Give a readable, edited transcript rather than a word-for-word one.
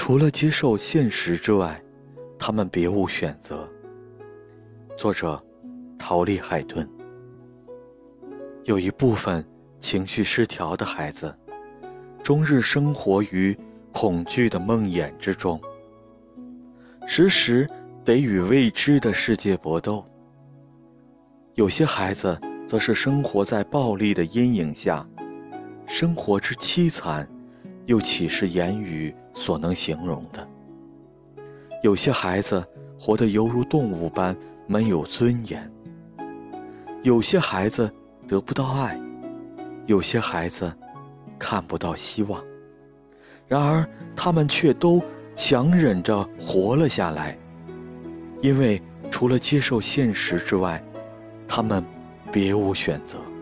除了接受现实之外，他们别无选择。作者陶丽海顿。有一部分情绪失调的孩子，终日生活于恐惧的梦魇之中，时时得与未知的世界搏斗。有些孩子则是生活在暴力的阴影下，生活之凄惨，又岂是言语所能形容的？有些孩子活得犹如动物般没有尊严，有些孩子得不到爱，有些孩子看不到希望，然而他们却都强忍着活了下来，因为除了接受现实之外，他们别无选择。